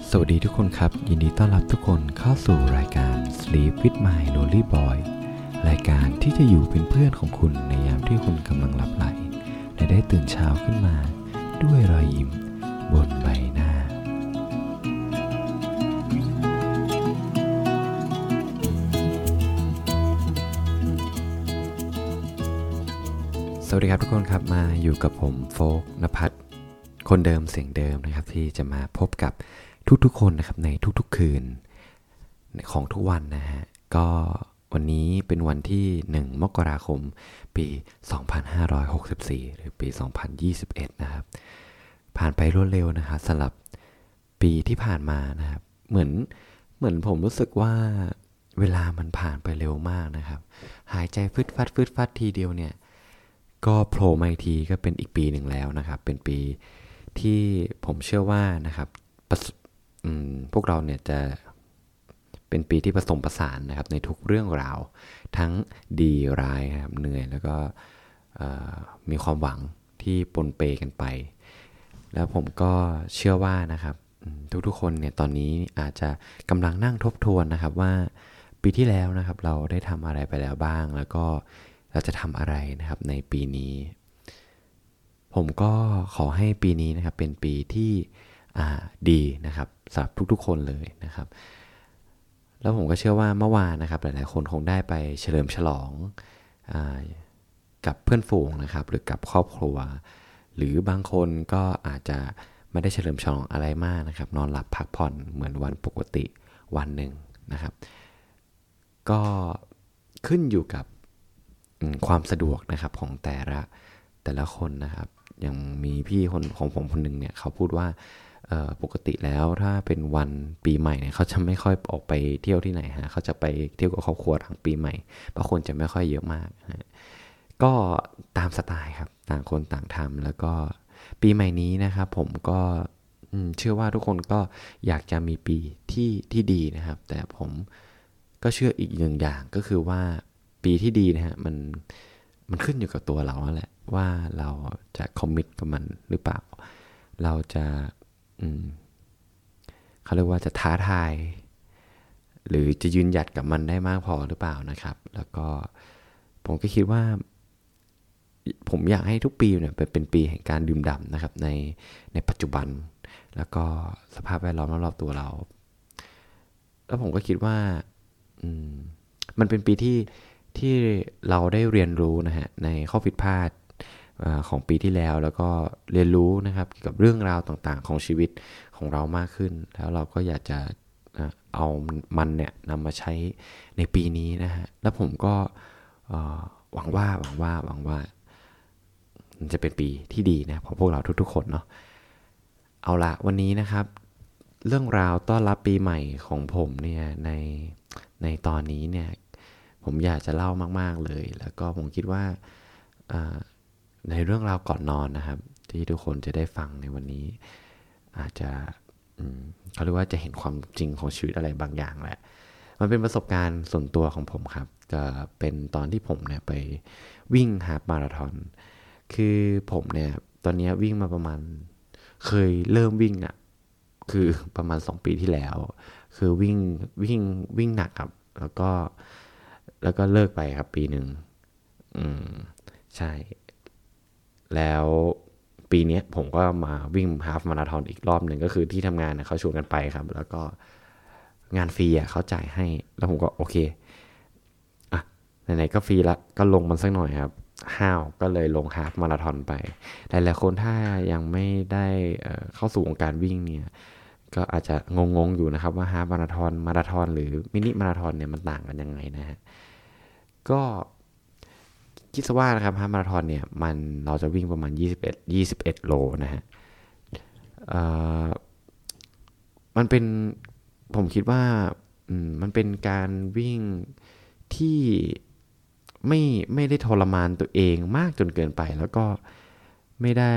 สวัสดีทุกคนครับยินดีต้อนรับทุกคนเข้าสู่รายการ Sleep with My Lonely Boy รายการที่จะอยู่เป็นเพื่อนของคุณในยามที่คุณกำลังหลับไหลและได้ตื่นเช้าขึ้นมาด้วยรอยยิ้มบนใบหน้าสวัสดีครับทุกคนครับมาอยู่กับผมโฟกณภัทรคนเดิมเสียงเดิมนะครับที่จะมาพบกับทุกๆคนนะครับในทุกๆคืนของทุกวันนะฮะก็วันนี้เป็นวันที่1 มกราคมปี2564หรือปี2021นะครับผ่านไปรวดเร็วนะครับสำหรับปีที่ผ่านมานะครับเหมือนผมรู้สึกว่าเวลามันผ่านไปเร็วมากนะครับหายใจฟึดฟัดทีเดียวเนี่ยก็โผล่มาอีกทีก็เป็นอีกปีหนึ่งแล้วนะครับเป็นปีที่ผมเชื่อว่านะครับพวกเราเนี่ยจะเป็นปีที่ผสมผสานนะครับในทุกเรื่องราวทั้งดีร้ายครับเหนื่อยแล้วก็มีความหวังที่ปนเปกันไปแล้วผมก็เชื่อว่านะครับทุกๆคนเนี่ยตอนนี้อาจจะกำลังนั่งทบทวนนะครับว่าปีที่แล้วนะครับเราได้ทำอะไรไปแล้วบ้างแล้วก็เราจะทำอะไรนะครับในปีนี้ผมก็ขอให้ปีนี้นะครับเป็นปีที่ดีนะครับสำหรับทุกๆคนเลยนะครับแล้วผมก็เชื่อว่าเมื่อวานนะครับหลายๆคนคงได้ไปเฉลิมฉลองกับเพื่อนฝูงนะครับหรือกับครอบครัวหรือบางคนก็อาจจะไม่ได้เฉลิมฉลองอะไรมากนะครับนอนหลับพักผ่อนเหมือนวันปกติวันหนึ่งนะครับก็ขึ้นอยู่กับความสะดวกนะครับของแต่ละคนนะครับอย่างมีพี่คนของผมคนหนึ่งเนี่ยเขาพูดว่าปกติแล้วถ้าเป็นวันปีใหม่เนี่ยเขาจะไม่ค่อยออกไปเที่ยวที่ไหนฮะเขาจะไปเที่ยวกับครอบครัวหลังปีใหม่บางคนจะไม่ค่อยเยอะมากนะก็ตามสไตล์ครับต่างคนต่างทำแล้วก็ปีใหม่นี้นะครับผมก็เชื่อว่าทุกคนก็อยากจะมีปีที่ดีนะครับแต่ผมก็เชื่ออีกหนึ่งอย่างก็คือว่าปีที่ดีนะฮะมันขึ้นอยู่กับตัวเราแหละว่าเราจะคอมมิตกับมันหรือเปล่าเราจะเขาเรียกว่าจะท้าทายหรือจะยืนหยัดกับมันได้มากพอหรือเปล่านะครับแล้วก็ผมก็คิดว่าผมอยากให้ทุกปีเนี่ยเป็นปีแห่งการดื่มด่ำนะครับในปัจจุบันแล้วก็สภาพแวดล้อมรอบๆตัวเราแล้วผมก็คิดว่ามันเป็นปีที่เราได้เรียนรู้นะฮะในข้อผิดพลาดของปีที่แล้วแล้วก็เรียนรู้นะครับเกี่ยวกับเรื่องราวต่างๆของชีวิตของเรามากขึ้นแล้วเราก็อยากจะเอามันเนี่ยนำมาใช้ในปีนี้นะฮะแล้วผมก็หวังว่ามันจะเป็นปีที่ดีนะของพวกเราทุกๆคนเนาะเอาละวันนี้นะครับเรื่องราวต้อนรับปีใหม่ของผมเนี่ยในตอนนี้เนี่ยผมอยากจะเล่ามากๆเลยแล้วก็ผมคิดว่าในเรื่องราวก่อนนอนนะครับที่ทุกคนจะได้ฟังในวันนี้อาจจะเขาเรียกว่าจะเห็นความจริงของชีวิตอะไรบางอย่างแหละมันเป็นประสบการณ์ส่วนตัวของผมครับจะเป็นตอนที่ผมเนี่ยไปวิ่งฮาล์ฟมาราธอนคือผมเนี่ยตอนนี้วิ่งมาประมาณเคยเริ่มวิ่งคือประมาณ2 ปีที่แล้วคือวิ่งหนักครับแล้วก็เลิกไปครับปีหนึ่งใช่แล้วปีนี้ผมก็มาวิ่งฮาล์ฟมาราธอนอีกรอบหนึ่งก็คือที่ทำงานเขาชวนกันไปครับแล้วก็งานฟรีเขาจ่ายให้แล้วผมก็โอเคไหนๆก็ฟรีละก็ลงมันสักหน่อยครับก็เลยลงฮาล์ฟมาราธอนไปหลายๆคนถ้ายังไม่ได้เข้าสู่วงการวิ่งเนี่ยก็อาจจะงงๆอยู่นะครับว่าฮาล์ฟมาราธอนหรือมินิมาราธอนเนี่ยมันต่างกันยังไงนะฮะก็คิดซะว่านะครับฮาล์ฟมาราธอนเนี่ยเราจะวิ่งประมาณ21โลนะฮะมันเป็นผมคิดว่ามันเป็นการวิ่งที่ไม่ได้ทรมานตัวเองมากจนเกินไปแล้วก็ไม่ได้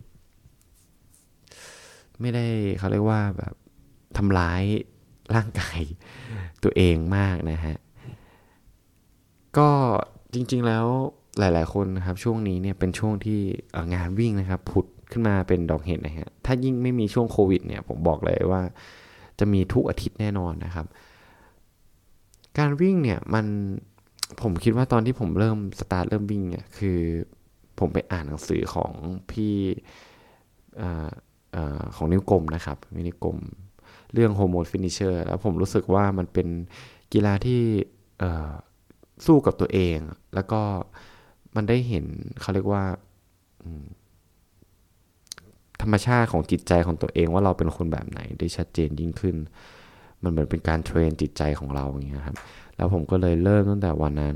เขาเรียกว่าแบบทำร้ายร่างกายตัวเองมากนะฮะก็จริงๆแล้วหลายๆคนนะครับช่วงนี้เนี่ยเป็นช่วงที่งานวิ่งนะครับผุดขึ้นมาเป็นดอกเห็ดนะฮะถ้ายิ่งไม่มีช่วงโควิดเนี่ยผมบอกเลยว่าจะมีทุกอาทิตย์แน่นอนนะครับการวิ่งเนี่ยผมคิดว่าตอนที่ผมเริ่มวิ่งเนี่ยคือผมไปอ่านหนังสือของพี่ของนิ้วกลมนะครับนิ้วกลมเรื่องโฮโมฟินิเชอร์แล้วผมรู้สึกว่ามันเป็นกีฬาที่สู้กับตัวเองแล้วก็มันได้เห็นเขาเรียกว่าธรรมชาติของจิตใจของตัวเองว่าเราเป็นคนแบบไหนได้ชัดเจนยิ่งขึ้นมันเหมือนเป็นการเทรนจิตใจของเราอย่างเงี้ยครับแล้วผมก็เลยเริ่มตั้งแต่วันนั้น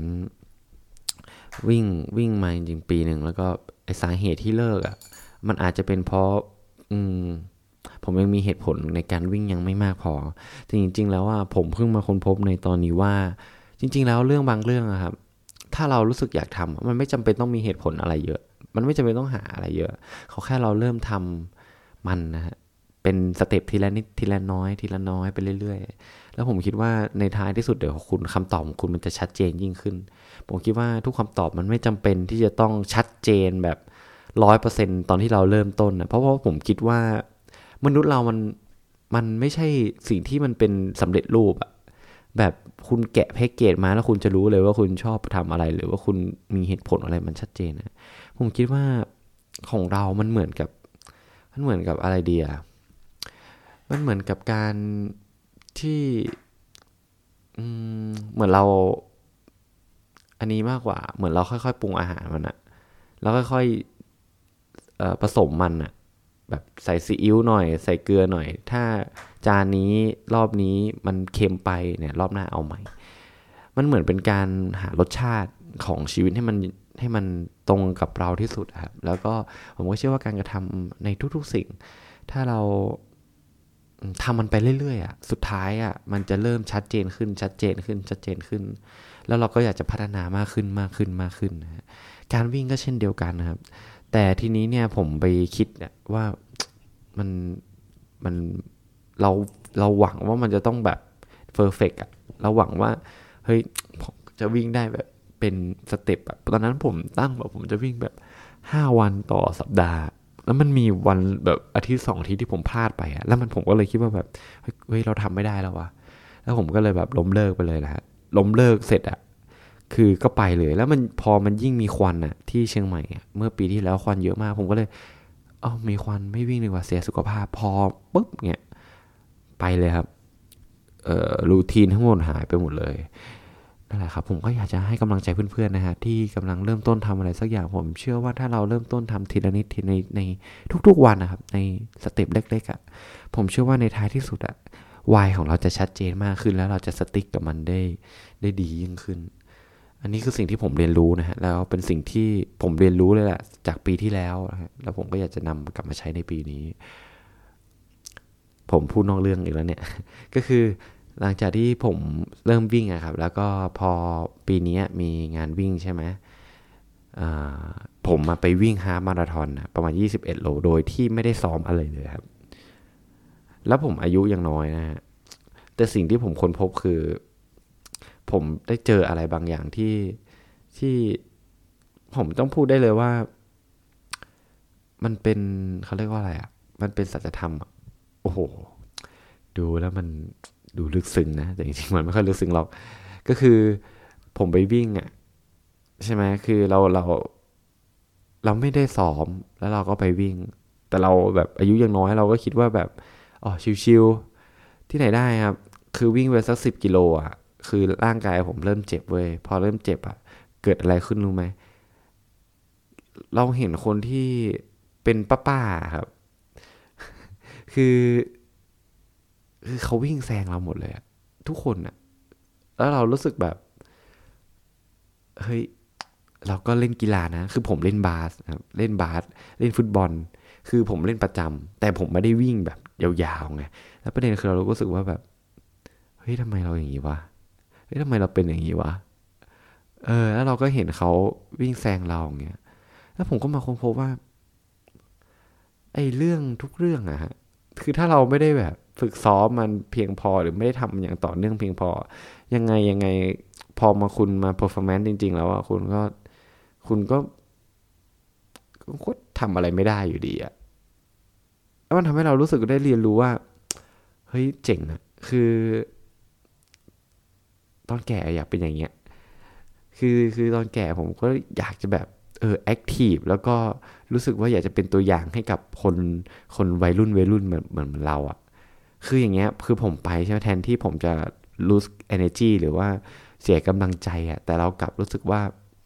วิ่งมาจริงๆปีหนึ่งแล้วก็ไอสาเหตุที่เลิกมันอาจจะเป็นเพราะผมยังมีเหตุผลในการวิ่งยังไม่มากพอแต่จริงๆแล้วผมเพิ่งมาค้นพบในตอนนี้ว่าจริงๆแล้วเรื่องบางเรื่องครับถ้าเรารู้สึกอยากทำมันไม่จำเป็นต้องมีเหตุผลอะไรเยอะมันไม่จำเป็นต้องหาอะไรเยอะเขาแค่เราเริ่มทำมันนะฮะเป็นสเต็ปทีละนิดทีละน้อยทีละน้อยไปเรื่อยๆแล้วผมคิดว่าในท้ายที่สุดเดี๋ยวคำตอบของคุณมันจะชัดเจนยิ่งขึ้นผมคิดว่าทุกคำตอบมันไม่จำเป็นที่จะต้องชัดเจนแบบ100%ตอนที่เราเริ่มต้นนะเพราะว่าผมคิดว่ามนุษย์เรามันไม่ใช่สิ่งที่มันเป็นสำเร็จรูปแบบคุณแกะแพ็กเกจมาแล้วคุณจะรู้เลยว่าคุณชอบทำอะไรหรือว่าคุณมีเหตุผลอะไรมันชัดเจนนะผมคิดว่าของเรามันเหมือนกับอะไรเดียมันเหมือนกับการที่เหมือนเราอันนี้มากกว่าเหมือนเราค่อยๆปรุงอาหารมันแล้วค่อยๆผสมมันแบบใส่ซีอิ๊วหน่อยใส่เกลือหน่อยถ้าจานนี้รอบนี้มันเค็มไปเนี่ยรอบหน้าเอาใหม่มันเหมือนเป็นการหารสชาติของชีวิตให้มันตรงกับเราที่สุดครับแล้วก็ผมก็เชื่อว่าการกระทำในทุกๆสิ่งถ้าเราทำมันไปเรื่อยๆสุดท้ายมันจะเริ่มชัดเจนขึ้นแล้วเราก็อยากจะพัฒนามากขึ้นนะการวิ่งก็เช่นเดียวกันนะครับแต่ทีนี้เนี่ยผมไปคิดว่ามันมันเราเราหวังว่ามันจะต้องแบบเพอร์เฟกต์เราหวังว่าเฮ้ยผมจะวิ่งได้แบบเป็นสเต็ปตอนนั้นผมตั้งแบบผมจะวิ่งแบบ5 วันต่อสัปดาห์แล้วมันมีวันแบบอาทิตย์2 อาทิตย์ที่ผมพลาดไปแล้วผมก็เลยคิดว่าแบบเฮ้ยเราทำไม่ได้แล้ววะแล้วผมก็เลยแบบล้มเลิกไปเลยนะฮะล้มเลิกเสร็จคือก็ไปเลยแล้วพอมันยิ่งมีควันที่เชียงใหม่เมื่อปีที่แล้วควันเยอะมากผมก็เลยมีควันไม่วิ่งดีกว่าเสียสุขภาพพอปุ๊บเนี่ยไปเลยครับรูทีนทั้งหมดหายไปหมดเลยนั่นแหละครับผมก็อยากจะให้กำลังใจเพื่อนๆนะฮะที่กำลังเริ่มต้นทำอะไรสักอย่างผมเชื่อว่าถ้าเราเริ่มต้นทำทีละนิดทีในทุกๆวันนะครับในสเต็ปเล็กๆผมเชื่อว่าในท้ายที่สุดวายของเราจะชัดเจนมากขึ้นแล้วเราจะสติ๊กกับมันได้ดียิ่งขึ้นอันนี้คือสิ่งที่ผมเรียนรู้นะฮะแล้วเป็นสิ่งที่ผมเรียนรู้เลยแหละจากปีที่แล้วนะฮะแล้วผมก็อยากจะนำกลับมาใช้ในปีนี้ผมพูดนอกเรื่องอีกแล้วเนี่ย ก็คือหลังจากที่ผมเริ่มวิ่งครับแล้วก็พอปีนี้มีงานวิ่งใช่ไหมผมมาไปวิ่งฮาล์ฟมาราธอนประมาณ21 โลโดยที่ไม่ได้ซ้อมอะไรเลยครับแล้วผมอายุยังน้อยนะฮะแต่สิ่งที่ผมค้นพบคือผมได้เจออะไรบางอย่างที่ผมต้องพูดได้เลยว่ามันเป็นเขาเรียกว่าอะไรมันเป็นสัจธรรมโอ้โหดูแล้วมันดูลึกซึ้งนะแต่จริงๆมันไม่ค่อยลึกซึ้งหรอกก็คือผมไปวิ่งใช่ไหมคือเราไม่ได้ซ้อมแล้วเราก็ไปวิ่งแต่เราแบบอายุยังน้อยเราก็คิดว่าแบบชิวๆที่ไหนได้ครับคือวิ่งไปสัก10 กิโลคือร่างกายผมเริ่มเจ็บเว้ยพอเริ่มเจ็บเกิดอะไรขึ้นรู้ไหมเราเห็นคนที่เป็นป้าๆครับคือเขาวิ่งแซงเราหมดเลยทุกคนแล้วเรารู้สึกแบบเฮ้ยเราก็เล่นกีฬานะคือผมเล่นบาสครับเล่นบาสเล่นฟุตบอลคือผมเล่นประจำแต่ผมไม่ได้วิ่งแบบยาวๆไงแล้วประเด็นคือเรารู้สึกว่าแบบเฮ้ยทำไมเราอย่างนี้วะเฮ้ยทำไมเราเป็นอย่างนี้วะแล้วเราก็เห็นเขาวิ่งแซงเราอย่างเงี้ยแล้วผมก็มาค้นพบว่าไอ้เรื่องทุกเรื่องฮะคือถ้าเราไม่ได้แบบฝึกซ้อมมันเพียงพอหรือไม่ได้ทำอย่างต่อเนื่องเพียงพอยังไงพอมาคุณมา performance จริงๆแล้วคุณก็ทำอะไรไม่ได้อยู่ดีแล้วมันทำให้เรารู้สึกได้เรียนรู้ว่าเฮ้ยเจ๋งอะคือตอนแก่อยากเป็นอย่างเงี้ยคือตอนแก่ผมก็อยากจะแบบแอคทีฟแล้วก็รู้สึกว่าอยากจะเป็นตัวอย่างให้กับคนวัยรุ่นเหมือนเราอะคืออย่างเงี้ยคือผมไปใช่ไหมแทนที่ผมจะ lose energy หรือว่าเสียกำลังใจอะแต่เรากลับรู้สึกว่า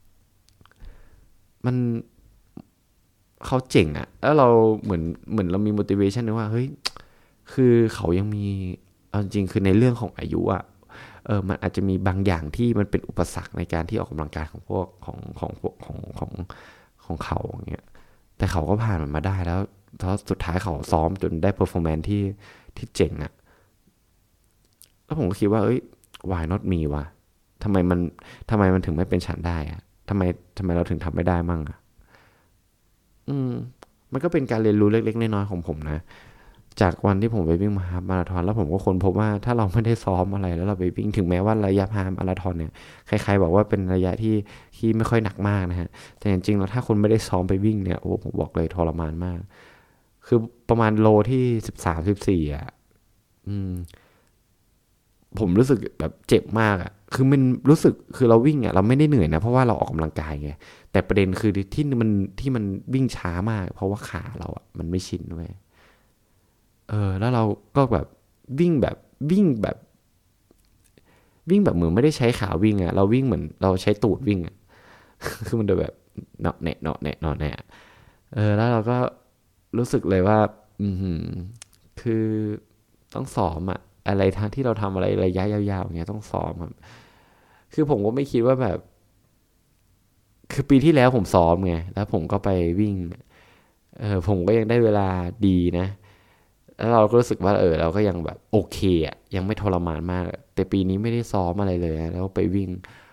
มันเขาเจ๋งอะแล้วเราเหมือนเรามี motivation นะว่าเฮ้ยคือเขายังมีเอาจริงคือในเรื่องของอายุอะมันอาจจะมีบางอย่างที่มันเป็นอุปสรรคในการที่ออกกำลังกายของพวกของพวกของเขาอย่างเงี้ยแต่เขาก็ผ่านมันมาได้แล้วสุดท้ายเขาซ้อมจนได้ performance ที่เจ๋งอะแล้วผมก็คิดว่าเอ้ย why not me วะทำไมมันทำไมมันถึงไม่เป็นฉันได้อะทำไมเราถึงทำไม่ได้มั่งอะอืมมันก็เป็นการเรียนรู้เล็กๆน้อยๆของผมนะจากวันที่ผมไปวิ่งมาราธอนแล้วผมก็ค้นพบว่าถ้าเราไม่ได้ซ้อมอะไรแล้วเราไปวิ่งถึงแม้ว่าระยะมาราธอนเนี่ยใครๆบอกว่าเป็นระยะที่ไม่ค่อยหนักมากนะฮะแต่จริงๆแล้วถ้าคนไม่ได้ซ้อมไปวิ่งเนี่ยโอ้ผมบอกเลยทรมานมากคือประมาณโลที่13-14อ่ะอืมผมรู้สึกแบบเจ็บมากอ่ะคือมันรู้สึกคือเราวิ่งอ่ะเราไม่ได้เหนื่อยนะเพราะว่าเราออกกำลังกายไงแต่ประเด็นคือที่มันวิ่งช้ามากเพราะว่าขาเราอ่ะมันไม่ชินด้วยแล้วเราก็แบบวิ่งแบบวิ่งแบบ วิ่งแบบเหมือนไม่ได้ใช้ขาวิ่งอะเราวิ่งเหมือนเราใช้ตูดวิ่งอะคือมันจะแบบเนาะแนะเนาะแนะเนาะแนะแล้วเราก็รู้สึกเลยว่าอืมคือต้องซ้อมอะอะไรทางที่เราทำอะไรระยะยาวๆอย่างเงี้ยต้องซ้อมครับคือผมก็ไม่คิดว่าแบบคือปีที่แล้วผมซ้อมไงแล้วผมก็ไปวิ่งผมก็ยังได้เวลาดีนะแล้วเราก็รู้สึกว่าเราก็ยังแบบโอเคอะยังไม่ทรมานมากแต่ปีนี้ไม่ได้ซ้อมอะไรเลยแล้วไปวิ่ง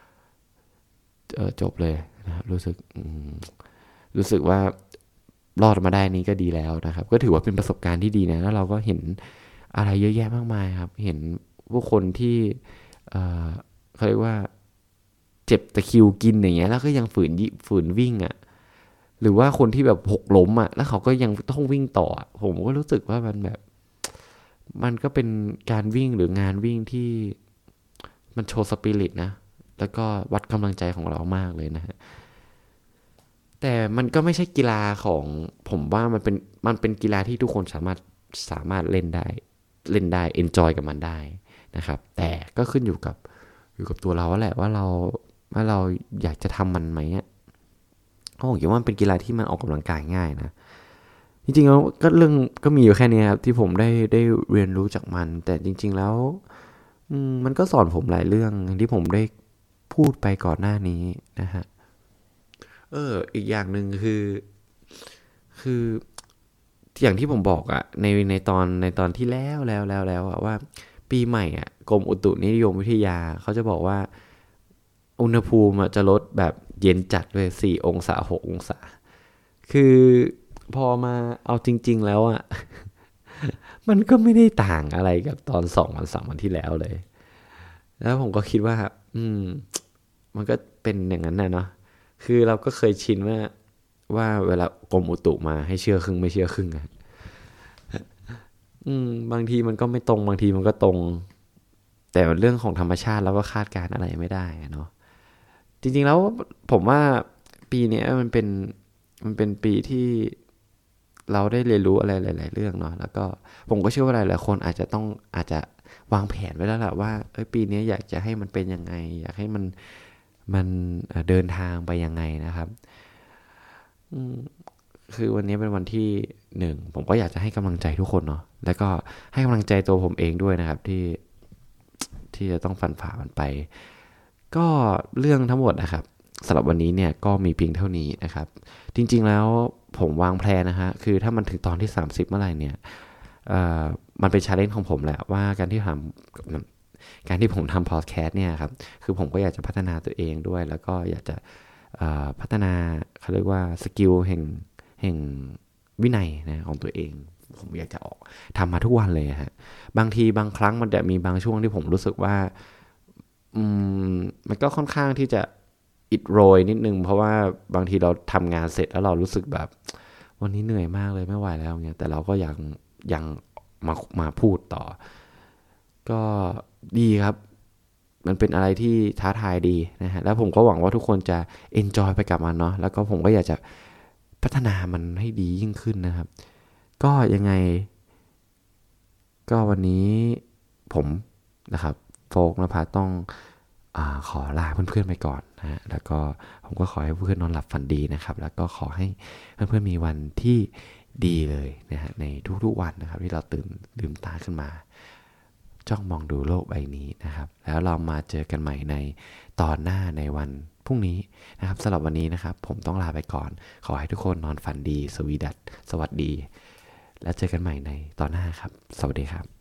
จบเลยนะครับรู้สึกว่ารอดมาได้นี้ก็ดีแล้วนะครับก็ถือว่าเป็นประสบการณ์ที่ดีนะแล้วเราก็เห็นอะไรเยอะแยะมากมายครับเห็นผู้คนที่เอ่อเขาเรียกว่าเจ็บตะคริวกินอย่างเงี้ยแล้วก็ยังฝืนวิ่งอ่ะหรือว่าคนที่แบบหกล้มอ่ะแล้วเขาก็ยังต้องวิ่งต่อผมก็รู้สึกว่ามันแบบมันก็เป็นการวิ่งหรืองานวิ่งที่มันโชว์สปิริตนะแล้วก็วัดกำลังใจของเรามากเลยนะฮะ แต่มันก็ไม่ใช่กีฬาของผมว่ามันเป็นกีฬาที่ทุกคนสามารถเล่นได้เอนจอยกับมันได้นะครับแต่ก็ขึ้นอยู่กับตัวเราแหละว่าเราอยากจะทำมันไหมเพราะผมคิดว่ามันเป็นกีฬาที่มันออกกำลังกายง่ายนะจริงๆแล้วก็เรื่องก็มีอยู่แค่นี้ครับที่ผมได้เรียนรู้จากมันแต่จริงๆแล้วมันก็สอนผมหลายเรื่องอย่างที่ผมได้พูดไปก่อนหน้านี้นะฮะอีกอย่างหนึ่งคืออย่างที่ผมบอกอะในตอนที่แล้วอะว่าปีใหม่อะกรมอุตุนิยมวิทยาเขาจะบอกว่าอุณหภูมิอะจะลดแบบเย็นจัดเลย4 องศา6 องศาคือพอมาเอาจริงๆแล้วอะมันก็ไม่ได้ต่างอะไรกับตอน2 วัน 3 วันที่แล้วเลยแล้วผมก็คิดว่าอืมมันก็เป็นอย่างนั้นนะเนาะคือเราก็เคยชินว่าเวลากรมอุตุมาให้เชื่อครึ่งไม่เชื่อครึ่งอะ บางทีมันก็ไม่ตรงบางทีมันก็ตรงแต่เรื่องของธรรมชาติเราก็คาดการณ์อะไรไม่ได้เนาะจริงๆแล้วผมว่าปีนี้มันเป็นปีที่เราได้เรียนรู้อะไรหลายๆเรื่องเนาะแล้วก็ผมก็เชื่อว่าหลายๆคนอาจจะวางแผนไว้แล้วแหละว่าปีนี้อยากจะให้มันเป็นยังไงอยากให้มันเดินทางไปยังไงนะครับคือวันนี้เป็นวันที่ผมก็อยากจะให้กำลังใจทุกคนเนาะแล้วก็ให้กำลังใจตัวผมเองด้วยนะครับที่จะต้องฟันฝ่ามันไปก็เรื่องทั้งหมดนะครับสำหรับวันนี้เนี่ยก็มีเพียงเท่านี้นะครับจริงๆแล้วผมวางแผนนะฮะคือถ้ามันถึงตอนที่30เมื่อไหร่เนี่ยมันเป็นชาเลนจ์ของผมแหละว่าการที่ผมทำพอดแคสต์เนี่ยครับคือผมก็อยากจะพัฒนาตัวเองด้วยแล้วก็อยากจะพัฒนาเขาเรียกว่าสกิลแห่งวินัยนะของตัวเองผมอยากจะออกทำมาทุกวันเลยฮะบางทีบางครั้งมันจะมีบางช่วงที่ผมรู้สึกว่ามันก็ค่อนข้างที่จะอิดโรยนิดนึงเพราะว่าบางทีเราทำงานเสร็จแล้วเรารู้สึกแบบวันนี้เหนื่อยมากเลยไม่ไหวแล้วเงี้ยแต่เราก็ยังมาพูดต่อก็ดีครับมันเป็นอะไรที่ท้าทายดีนะฮะแล้วผมก็หวังว่าทุกคนจะ enjoy ไปกับมันเนาะแล้วก็ผมก็อยากจะพัฒนามันให้ดียิ่งขึ้นนะครับก็ยังไงก็วันนี้ผมนะครับโฟกนภัสต้องขอลาเพื่อนๆไปก่อนนะฮะแล้วก็ผมก็ขอให้เพื่อนนอนหลับฝันดีนะครับแล้วก็ขอให้เพื่อนๆมีวันที่ดีเลยนะฮะในทุกๆวันนะครับที่เราตื่นลืมตาขึ้นมาจ้องมองดูโลกใบนี้นะครับแล้วเรามาเจอกันใหม่ในตอนหน้าในวันพรุ่งนี้นะครับสำหรับวันนี้นะครับผมต้องลาไปก่อนขอให้ทุกคนนอนฝันดีสวีดัสสวัสดีแล้วเจอกันใหม่ในตอนหน้าครับสวัสดีครับ